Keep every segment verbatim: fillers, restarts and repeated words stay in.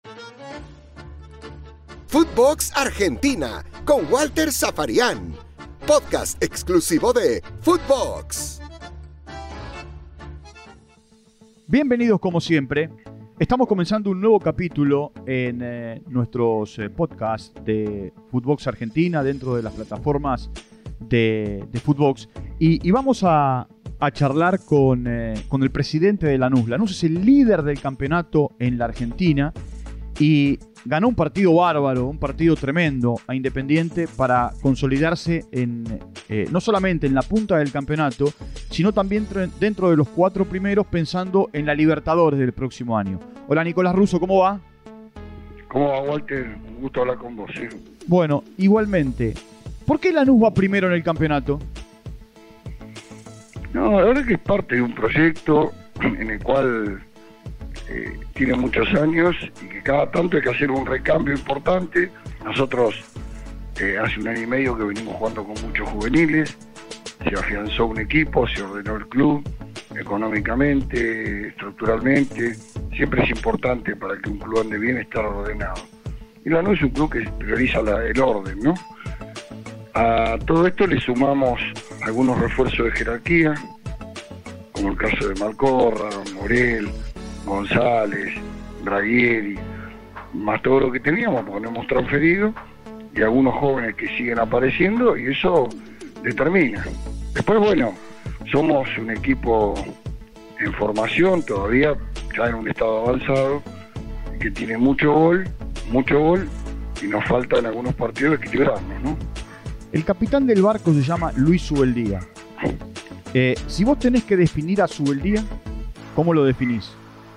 Footbox Argentina con Walter Zafarian, podcast exclusivo de Footbox. Bienvenidos como siempre. Estamos comenzando un nuevo capítulo en eh, nuestros eh, podcasts de Footbox Argentina dentro de las plataformas de, de Footbox y, y vamos a, a charlar con, eh, con el presidente de Lanús. Lanús es el líder del campeonato en la Argentina y ganó un partido bárbaro, un partido tremendo a Independiente para consolidarse en, eh, no solamente en la punta del campeonato, sino también dentro de los cuatro primeros pensando en la Libertadores del próximo año. Hola Nicolás Russo, ¿cómo va? ¿Cómo va, Walter? Un gusto hablar con vos, sí. Bueno, igualmente, ¿por qué Lanús va primero en el campeonato? No, la verdad que es parte de un proyecto en el cual eh, tiene muchos años y que cada tanto hay que hacer un recambio importante. Nosotros eh, hace un año y medio que venimos jugando con muchos juveniles, se afianzó un equipo, se ordenó el club económicamente, estructuralmente. Siempre es importante para que un club ande bien estar ordenado. Y Lanús es un club que prioriza la, el orden, ¿no? A todo esto le sumamos algunos refuerzos de jerarquía, como el caso de Malcorra, Morel, González, Braguieri, más todo lo que teníamos, porque no hemos transferido, y algunos jóvenes que siguen apareciendo, y eso determina. Después, bueno, somos un equipo en formación, todavía ya en un estado avanzado, que tiene mucho gol, mucho gol, y nos falta en algunos partidos equilibrarnos, ¿no? El capitán del barco se llama Luis Subeldía. Eh, si vos tenés que definir a Subeldía, ¿cómo lo definís?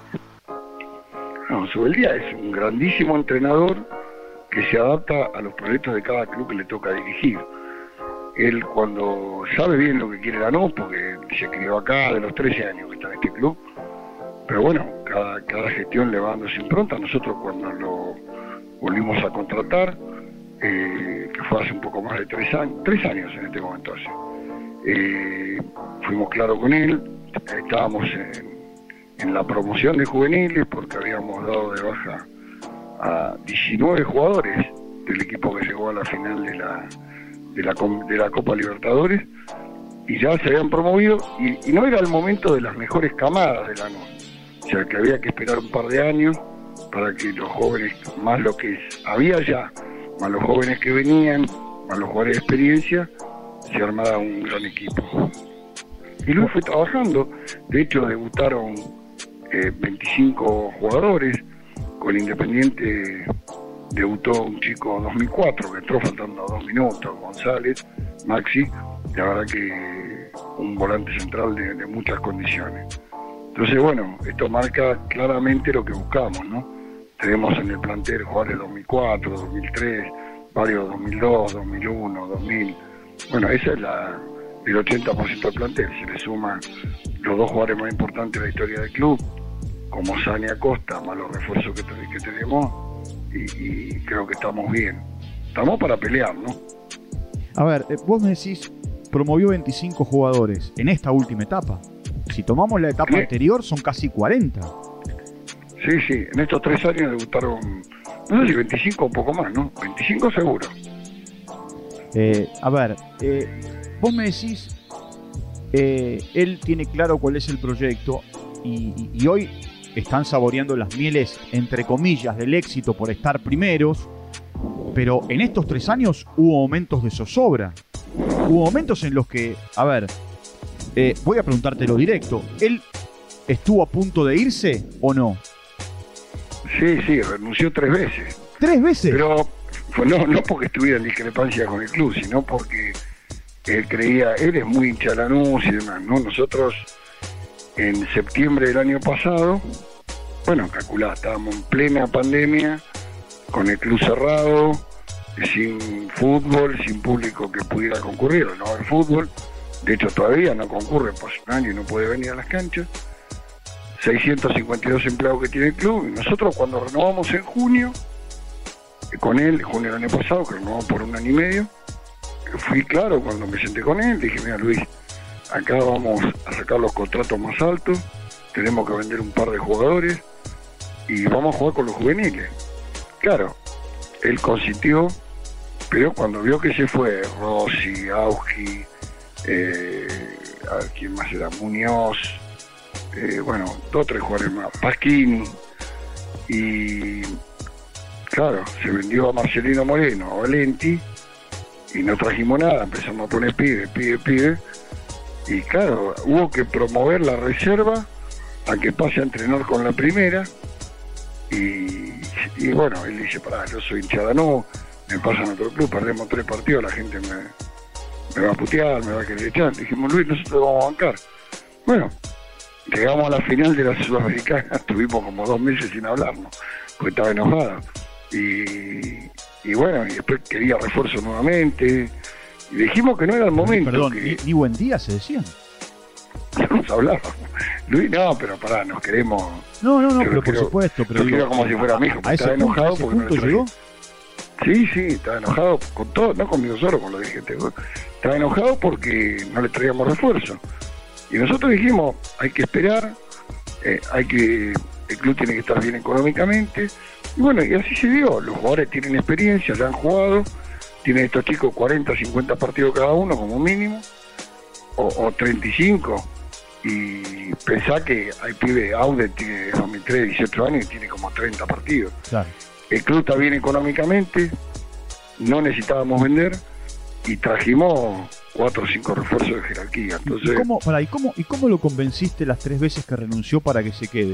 No, Subeldía es un grandísimo entrenador que se adapta a los proyectos de cada club que le toca dirigir. Él, cuando sabe bien lo que quiere Lanús, porque se crió acá de los trece años que está en este club, pero bueno, cada, cada gestión le va dando su impronta. Nosotros cuando lo volvimos a contratar, eh, que fue hace un poco más de tres años, tres años en este momento hace, eh, fuimos claros con él, estábamos en, en la promoción de juveniles porque habíamos dado de baja a diecinueve jugadores del equipo que llegó a la final de la de la, de la Copa Libertadores, y ya se habían promovido, y, y no era el momento de las mejores camadas de Lanús, o sea que había que esperar un par de años para que los jóvenes, más lo que había ya, más los jóvenes que venían, más los jugadores de experiencia, se armara un gran equipo. Y luego fue trabajando, de hecho debutaron eh, veinticinco jugadores, con Independiente debutó un chico dos mil cuatro que entró faltando dos minutos, González, Maxi, la verdad que un volante central de, de muchas condiciones. Entonces, bueno, esto marca claramente lo que buscamos, ¿no? Tenemos en el plantel jugadores de dos mil cuatro, dos mil tres, varios dos mil dos, dos mil uno, dos mil. Bueno, ese es la, el ochenta por ciento del plantel. Se le suman los dos jugadores más importantes de la historia del club, como Sani Acosta, más los refuerzos que, que tenemos. Y, y creo que estamos bien. Estamos para pelear, ¿no? A ver, vos me decís, promovió veinticinco jugadores en esta última etapa. Si tomamos la etapa ¿Qué? anterior, son casi cuarenta. Sí, sí, en estos tres años debutaron, no sé si veinticinco o un poco más, ¿no? veinticinco seguro. Eh, a ver, eh, vos me decís, eh, él tiene claro cuál es el proyecto y, y, y hoy están saboreando las mieles, entre comillas, del éxito por estar primeros, pero en estos tres años hubo momentos de zozobra. Hubo momentos en los que, a ver, eh, voy a preguntártelo directo, ¿él estuvo a punto de irse o no? Sí, sí, renunció tres veces. ¿Tres veces? Pero pues no, no porque estuviera en discrepancia con el club, sino porque él creía, él es muy hincha de Lanús y demás, ¿no? Nosotros en septiembre del año pasado, bueno, calculá, estábamos en plena pandemia, con el club cerrado, sin fútbol, sin público que pudiera concurrir, no hay fútbol, de hecho todavía no concurre, pues un año y no puede venir a las canchas, seiscientos cincuenta y dos empleados que tiene el club, y nosotros cuando renovamos en junio, con él, en junio del año pasado, que renovamos por un año y medio, fui claro cuando me senté con él, dije, mira Luis, acá vamos a sacar los contratos más altos, tenemos que vender un par de jugadores, y vamos a jugar con los juveniles. Claro, él consintió, pero cuando vio que se fue Rossi, Auski, eh, a ver, ¿quién más era? Muñoz, eh, bueno, dos o tres jugadores más, Pasquini, y claro, se vendió a Marcelino Moreno, a Valenti, y no trajimos nada, empezamos a poner pibe, pibe, pibe, y claro, hubo que promover la reserva a que pase a entrenar con la primera, y, y bueno, él dice, pará, yo soy hinchada, no, me pasan a otro club, perdemos tres partidos, la gente me, me va a putear, me va a querer echar. Dijimos, Luis, nosotros vamos a bancar. Bueno, llegamos a la final de la Sudamericana, estuvimos como dos meses sin hablarnos, porque estaba enojado. Y, y bueno, y después quería refuerzo nuevamente, y dijimos que no era el momento. Perdón, que... ni buen día se decían. Ya nos hablábamos. Luis, no, pero pará, nos queremos... No, no, no, pero quiero, por supuesto. Pero yo quiero digo, como si fuera mi hijo, a ese estaba punto, enojado a ese porque no punto le traje. llegó. Sí, sí, estaba enojado con todo, no conmigo solo, con los dirigentes. Estaba enojado porque no le traíamos refuerzo. Y nosotros dijimos, hay que esperar, eh, hay que el club tiene que estar bien económicamente. Y bueno, y así se dio. Los jugadores tienen experiencia, ya han jugado, tienen estos chicos cuarenta, cincuenta partidos cada uno como mínimo, o, o treinta y cinco. Y pensá que hay pibe, Aude tiene dos mil tres, dieciocho años y tiene como treinta partidos. Claro. El club está bien económicamente, no necesitábamos vender y trajimos cuatro o cinco refuerzos de jerarquía. Entonces, ¿Y cómo, pará, ¿y cómo, ¿Y cómo lo convenciste las tres veces que renunció para que se quede?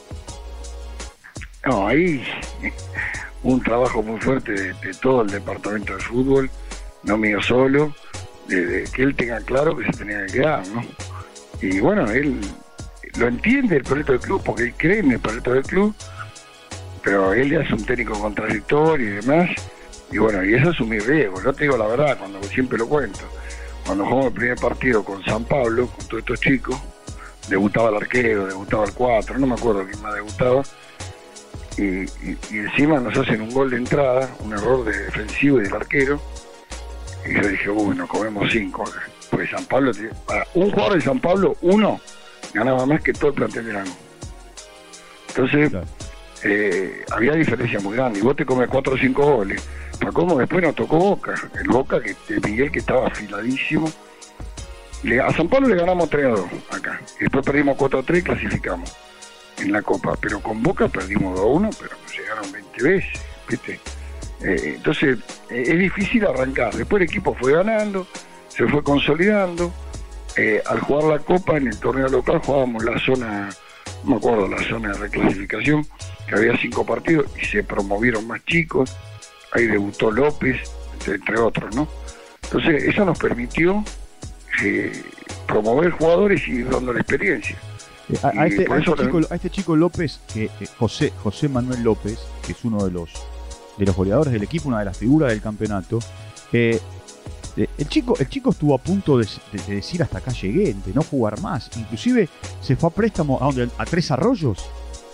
no, ahí un trabajo muy fuerte de, de todo el departamento de fútbol, no mío solo, de, de que él tenga claro que se tenía que quedar, ¿no? Y bueno, él lo entiende el proyecto del club porque él cree en el proyecto del club, pero él ya es un técnico contradictorio y demás, y bueno, y eso es un riesgo. Yo te digo la verdad, cuando siempre lo cuento, cuando jugamos el primer partido con San Pablo, con todos estos chicos, debutaba el arquero, debutaba el cuatro, no me acuerdo quién más debutaba, y, y, y encima nos hacen un gol de entrada, un error de defensivo y del arquero, y yo dije, uy, nos comemos cinco acá. Porque San Pablo, para un jugador de San Pablo, uno, ganaba más que todo el plantel de Lanús. Entonces, claro. eh, había diferencia muy grande. Y vos te comes cuatro o cinco goles. Para cómo después nos tocó Boca. El Boca que de Miguel, que estaba afiladísimo. Le, a San Pablo le ganamos tres a dos acá. Y después perdimos cuatro a tres y clasificamos en la Copa. Pero con Boca perdimos dos a uno, pero nos llegaron veinte veces, ¿viste? Eh, entonces, eh, es difícil arrancar. Después el equipo fue ganando, se fue consolidando. Eh, al jugar la Copa en el torneo local jugábamos la zona, no me acuerdo, la zona de reclasificación, que había cinco partidos y se promovieron más chicos. Ahí debutó López, entre otros, ¿no? Entonces eso nos permitió eh, promover jugadores y ir dando la experiencia. Eh, a, a, este, a, este le... chico, a este chico López, que eh, José, José Manuel López, que es uno de los de los goleadores del equipo, una de las figuras del campeonato, eh, El chico, el chico estuvo a punto de, de, de decir hasta acá llegué, de no jugar más. Inclusive se fue a préstamo a, donde, a Tres Arroyos.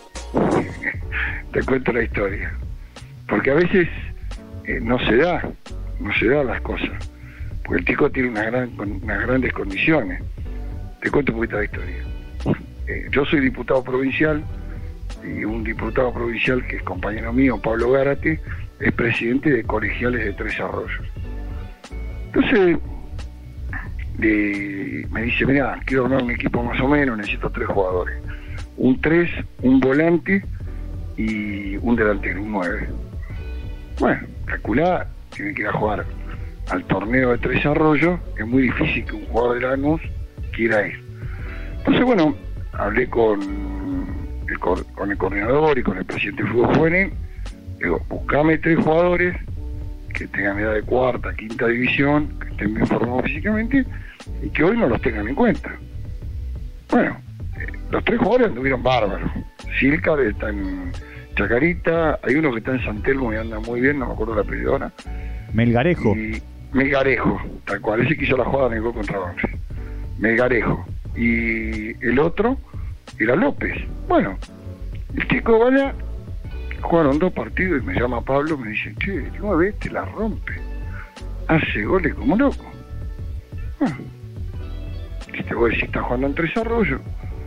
Te cuento la historia. Porque a veces eh, no se da, no se da las cosas. Porque el chico tiene una gran, unas grandes condiciones. Te cuento un poquito la historia. Eh, yo soy diputado provincial y un diputado provincial que es compañero mío, Pablo Gárate, es presidente de colegiales de Tres Arroyos. Entonces de, me dice, mirá, quiero armar un equipo más o menos, necesito tres jugadores. Un tres, un volante y un delantero, un nueve. Bueno, calculá, tienen que ir a jugar al torneo de Tres Arroyos, es muy difícil que un jugador de Lanús quiera ir. Entonces, bueno, hablé con el, con el coordinador y con el presidente del fútbol juvenil, digo, buscame tres jugadores que tengan edad de cuarta, quinta división, que estén bien formados físicamente y que hoy no los tengan en cuenta. Bueno, eh, los tres jugadores anduvieron bárbaros. Silcar está en Chacarita, hay uno que está en San Telmo y anda muy bien, no me acuerdo la apellido ahora. Melgarejo. Y Melgarejo, tal cual, ese que hizo la jugada en el gol contra Banfield. Melgarejo. Y el otro era López. Bueno, el chico vaya. Jugaron dos partidos y me llama Pablo, me dice, che, el nueve este la rompe, hace goles como loco. Bueno, este vos decís, está jugando en Tres Arroyos,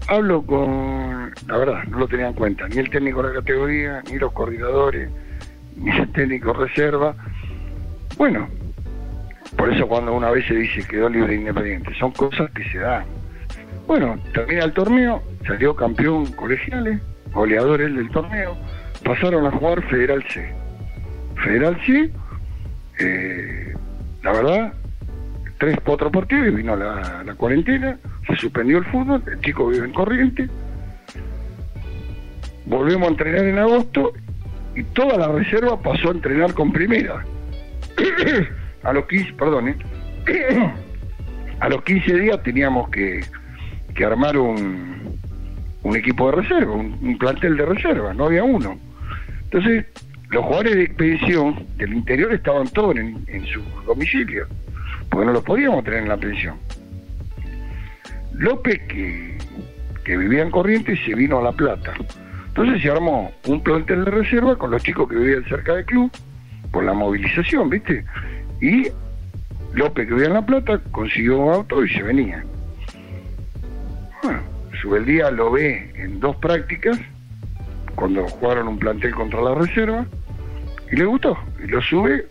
hablo con, la verdad, no lo tenía en cuenta, ni el técnico de la categoría, ni los coordinadores, ni el técnico reserva. Bueno, por eso cuando una vez se dice quedó libre de Independiente, son cosas que se dan. Bueno, termina el torneo, salió campeón colegiales, goleadores del torneo, pasaron a jugar Federal C. Federal C, eh, la verdad, tres, cuatro partidos y vino la, la cuarentena, se suspendió el fútbol, el chico vive en Corrientes, volvemos a entrenar en agosto y toda la reserva pasó a entrenar con primera. a los quince, perdón, ¿eh? a los quince días teníamos que, que armar un, un equipo de reserva, un, un plantel de reserva, no había uno. Entonces, los jugadores de expedición del interior estaban todos en, en su domicilio, porque no los podíamos tener en la pensión. López, que, que vivía en Corrientes, se vino a La Plata. Entonces se armó un plantel de reserva con los chicos que vivían cerca del club, por la movilización, ¿viste? Y López, que vivía en La Plata, consiguió un auto y se venía. Bueno, Subeldía lo ve en dos prácticas, cuando jugaron un plantel contra la reserva, y le gustó, y lo sube.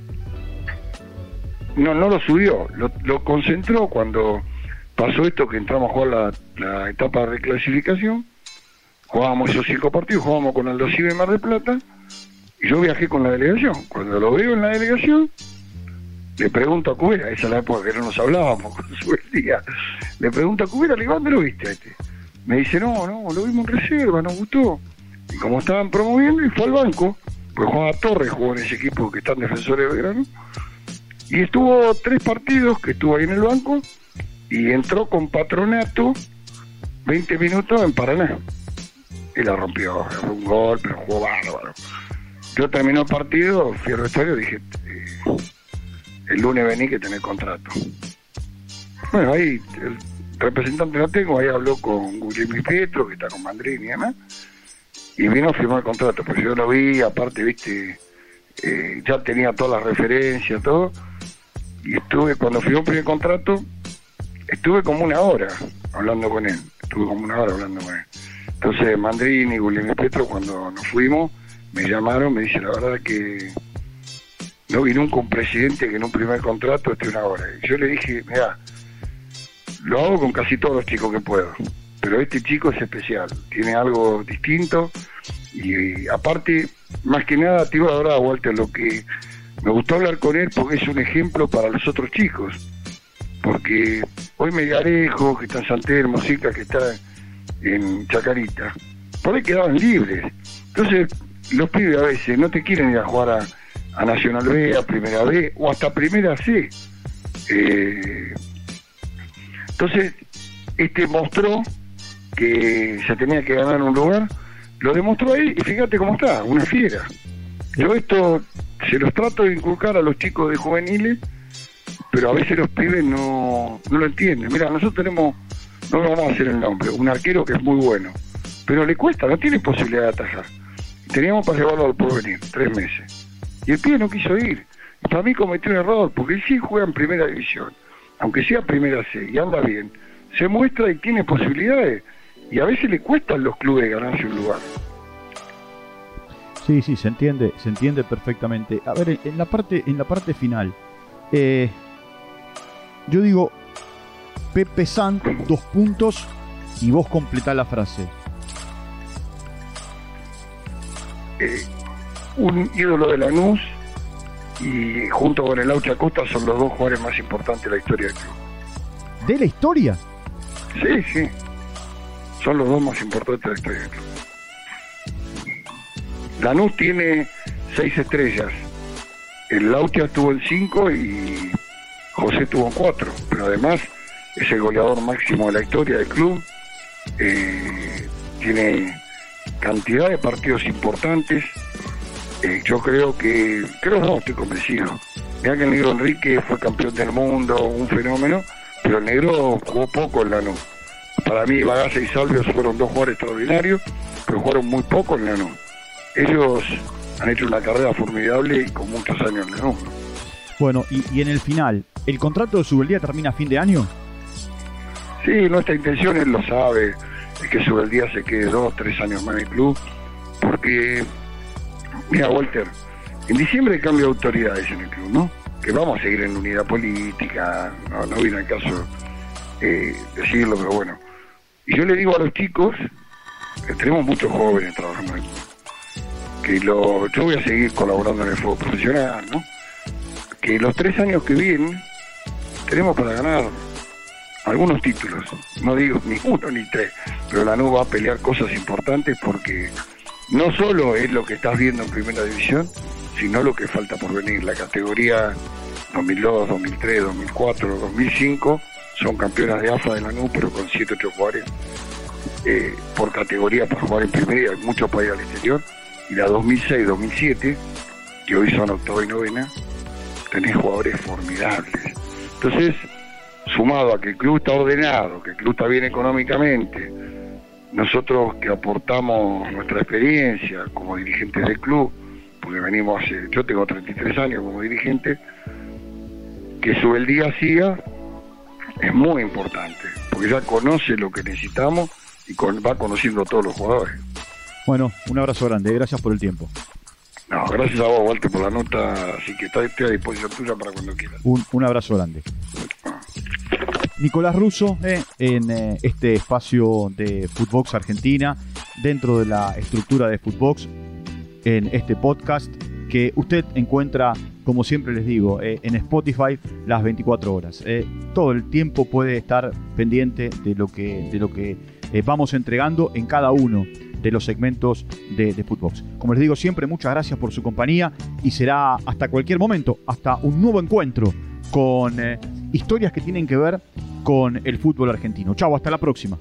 No, no lo subió, lo, lo concentró cuando pasó esto que entramos a jugar la, la etapa de reclasificación. Jugábamos esos cinco partidos, jugábamos con Aldo Civi en Mar del Plata, y yo viajé con la delegación. Cuando lo veo en la delegación, le pregunto a Cubera, esa es la época que no nos hablábamos con su día, le pregunto a Cubera, ¿le dónde lo viste a este? Me dice, no, no, lo vimos en reserva, nos gustó. Y como estaban promoviendo, y fue al banco, pues jugaba Torres, jugó en ese equipo que están Defensores de Belgrano, y estuvo tres partidos que estuvo ahí en el banco, y entró con Patronato veinte minutos en Paraná. Y la rompió, fue un gol, pero jugó bárbaro. Yo terminó el partido, fui al vestuario y dije, eh, el lunes vení que tenés contrato. Bueno, ahí el representante lo tengo, ahí habló con Guglielmi Pietro, que está con Mandrini y demás, y vino a firmar el contrato, pero yo lo vi, aparte, viste, eh, ya tenía todas las referencias, todo, y estuve, cuando firmó el primer contrato, estuve como una hora hablando con él, estuve como una hora hablando con él. Entonces Mandrini y Guglielmi Pietro, cuando nos fuimos, me llamaron, me dice, la verdad que no vi nunca un presidente que en un primer contrato esté una hora. Y yo le dije, mira, lo hago con casi todos los chicos que puedo, pero este chico es especial, tiene algo distinto, y, y aparte, más que nada, te digo la verdad, Walter, lo que me gustó hablar con él porque es un ejemplo para los otros chicos, porque hoy Melgarejo, que está en San Telmo, Sica, que está en Chacarita, por ahí quedaban libres. Entonces, los pibes a veces no te quieren ir a jugar a, a Nacional B, a Primera B, o hasta Primera C. Eh, entonces, este mostró que se tenía que ganar un lugar, lo demostró ahí, y fíjate cómo está, una fiera. Yo esto se los trato de inculcar a los chicos de juveniles, pero a veces los pibes no, no lo entienden. Mira, nosotros tenemos, no vamos a hacer el nombre, un arquero que es muy bueno, pero le cuesta, no tiene posibilidad de atajar. Teníamos para llevarlo al porvenir, tres meses. Y el pibe no quiso ir. Y para mí cometió un error, porque él sí juega en primera división, aunque sea primera C, y anda bien, se muestra y tiene posibilidades, y a veces le cuesta a los clubes ganarse un lugar. Sí, sí, se entiende, se entiende perfectamente. A ver, en la parte, en la parte final, eh, yo digo, Pepe Sant, dos puntos, y vos completá la frase. Eh, un ídolo de Lanús, y junto con el Aucha Acosta son los dos jugadores más importantes de la historia del club. ¿De la historia? Sí, sí. Son los dos más importantes de la historia del club. Lanús tiene seis estrellas. El Lautia tuvo en cinco y José tuvo en cuatro. Pero además es el goleador máximo de la historia del club. Eh, tiene cantidad de partidos importantes. Eh, yo creo que, creo no, estoy convencido. Mirá que el negro Enrique fue campeón del mundo, un fenómeno, pero el negro jugó poco en Lanús. Para mí, Bagaza y Salvio fueron dos jugadores extraordinarios, pero jugaron muy poco en Lanús. Ellos han hecho una carrera formidable y con muchos años en Lanús. Bueno, y, y en el final, ¿el contrato de Subeldía termina a fin de año? Sí, nuestra intención, él lo sabe. es que Subeldía se quede dos, tres años más en el club, porque, mira, Walter, en diciembre hay cambio de autoridades en el club, ¿no? Que vamos a seguir en unidad política, no, no viene al caso eh, decirlo, pero bueno. Y yo le digo a los chicos, que tenemos muchos jóvenes trabajando en el club, que lo, yo voy a seguir colaborando en el fútbol profesional, ¿no? Que los tres años que vienen tenemos para ganar algunos títulos, no digo ni uno ni tres, pero Lanús va a pelear cosas importantes porque no solo es lo que estás viendo en Primera División, sino lo que falta por venir. La categoría dos mil dos, dos mil tres, dos mil cuatro, dos mil cinco son campeonas de A F A de Lanús, pero con siete, ocho jugadores eh, por categoría para jugar en primera, y hay muchos para ir al exterior. Y la dos mil seis, dos mil siete, que hoy son octava y novena, tenés jugadores formidables. Entonces, sumado a que el club está ordenado, que el club está bien económicamente, nosotros que aportamos nuestra experiencia como dirigentes del club, porque venimos hace, yo tengo treinta y tres años como dirigente, que Subeldía siga es muy importante, porque ya conoce lo que necesitamos y con, va conociendo a todos los jugadores. Bueno, un abrazo grande, gracias por el tiempo. No, gracias a vos, Walter, por la nota, así que estoy a disposición tuya para cuando quieras. Un, un abrazo grande. Nicolás Russo, eh, en eh, este espacio de Footbox Argentina, dentro de la estructura de Footbox, en este podcast que usted encuentra, como siempre les digo, eh, en Spotify las veinticuatro horas. Eh, todo el tiempo puede estar pendiente de lo que, de lo que eh, vamos entregando en cada uno de los segmentos de, de Footbox. Como les digo siempre, muchas gracias por su compañía y será hasta cualquier momento, hasta un nuevo encuentro con eh, historias que tienen que ver con el fútbol argentino. Chau, hasta la próxima.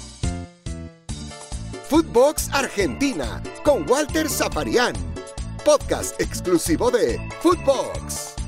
Footbox Argentina con Walter Safarian, podcast exclusivo de Footbox.